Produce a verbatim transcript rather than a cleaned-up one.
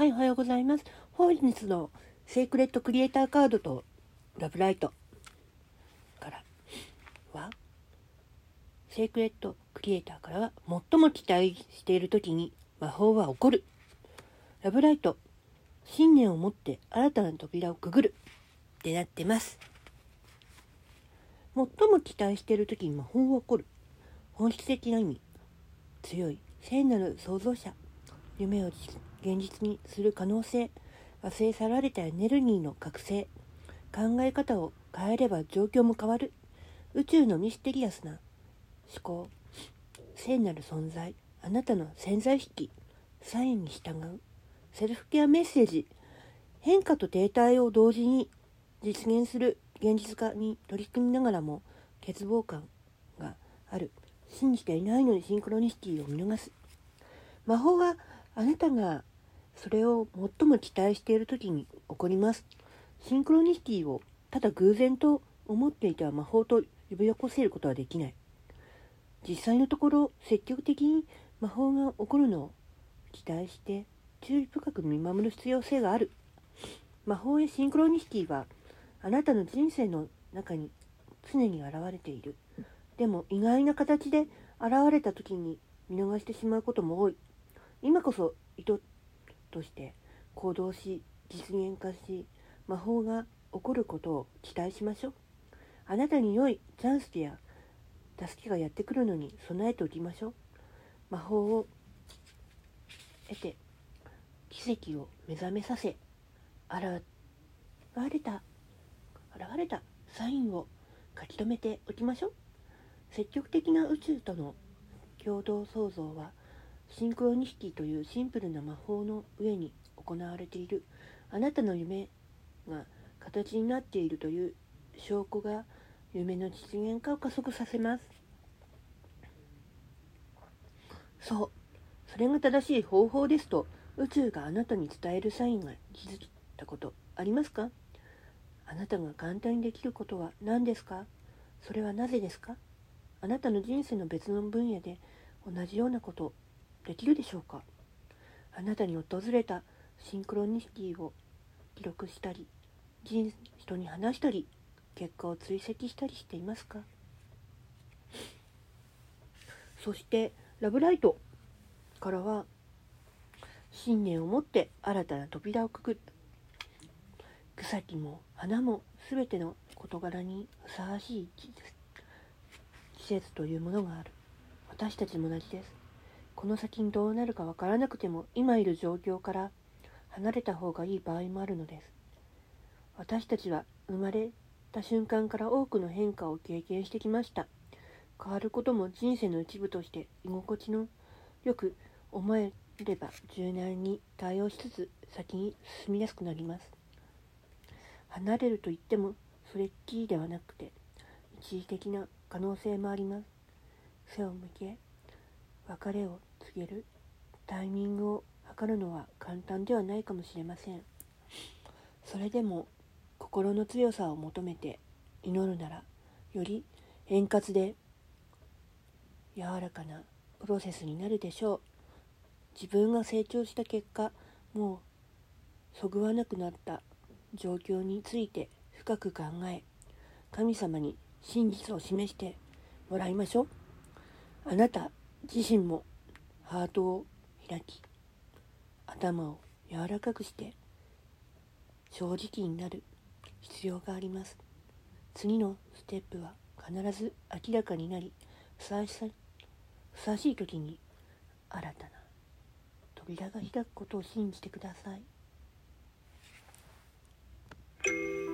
はい、おはようございます。本日のセークレットクリエイターカードとラブライトからは、セークレットクリエイターからは、最も期待している時に魔法は起こる。ラブライト、信念を持って新たな扉をくぐるってなってます。最も期待している時に魔法は起こる。本質的な意味、強い聖なる創造者、夢を現実にする可能性、忘れ去られたエネルギーの覚醒、考え方を変えれば状況も変わる、宇宙のミステリアスな思考、聖なる存在、あなたの潜在意識、サインに従う、セルフケアメッセージ、変化と停滞を同時に実現する現実化に取り組みながらも欠乏感がある、信じていないのにシンクロニシティを見逃す。魔法はあなたがそれを最も期待している時に起こります。シンクロニシティをただ偶然と思っていては魔法と呼び起こせることはできない。実際のところ積極的に魔法が起こるのを期待して注意深く見守る必要性がある。魔法やシンクロニシティはあなたの人生の中に常に現れている。でも意外な形で現れた時に見逃してしまうことも多い。今こそ意図として行動し実現化し、魔法が起こることを期待しましょう。あなたに良いチャンスや助けがやってくるのに備えておきましょう。魔法を得て奇跡を目覚めさせ、現れた現れたサインを書き留めておきましょう。積極的な宇宙との共同創造はシンクロニシティというシンプルな魔法の上に行われている。あなたの夢が形になっているという証拠が夢の実現化を加速させます。そう、それが正しい方法ですと宇宙があなたに伝えるサインが気づいたことありますか？あなたが簡単にできることは何ですか？それはなぜですか？あなたの人生の別の分野で同じようなことできるでしょうか？あなたに訪れたシンクロニシティを記録したり、人人に話したり、結果を追跡したりしていますか？そしてラブライトからは、信念を持って新たな扉をくぐる。草木も花もすべての事柄にふさわしい季節というものがある。私たちも同じです。この先にどうなるかわからなくても、今いる状況から離れた方がいい場合もあるのです。私たちは生まれた瞬間から多くの変化を経験してきました。変わることも人生の一部として居心地のよく思えれば柔軟に対応しつつ先に進みやすくなります。離れると言ってもそれっきりではなくて一時的な可能性もあります。背を向け別れを告げるタイミングを測るのは簡単ではないかもしれません。それでも心の強さを求めて祈るなら、より円滑で柔らかなプロセスになるでしょう。自分が成長した結果、もうそぐわなくなった状況について深く考え、神様に真実を示してもらいましょう。あなた自身もハートを開き、頭を柔らかくして正直になる必要があります。次のステップは必ず明らかになり、ふさわしさ、ふさわしい時に新たな扉が開くことを信じてください。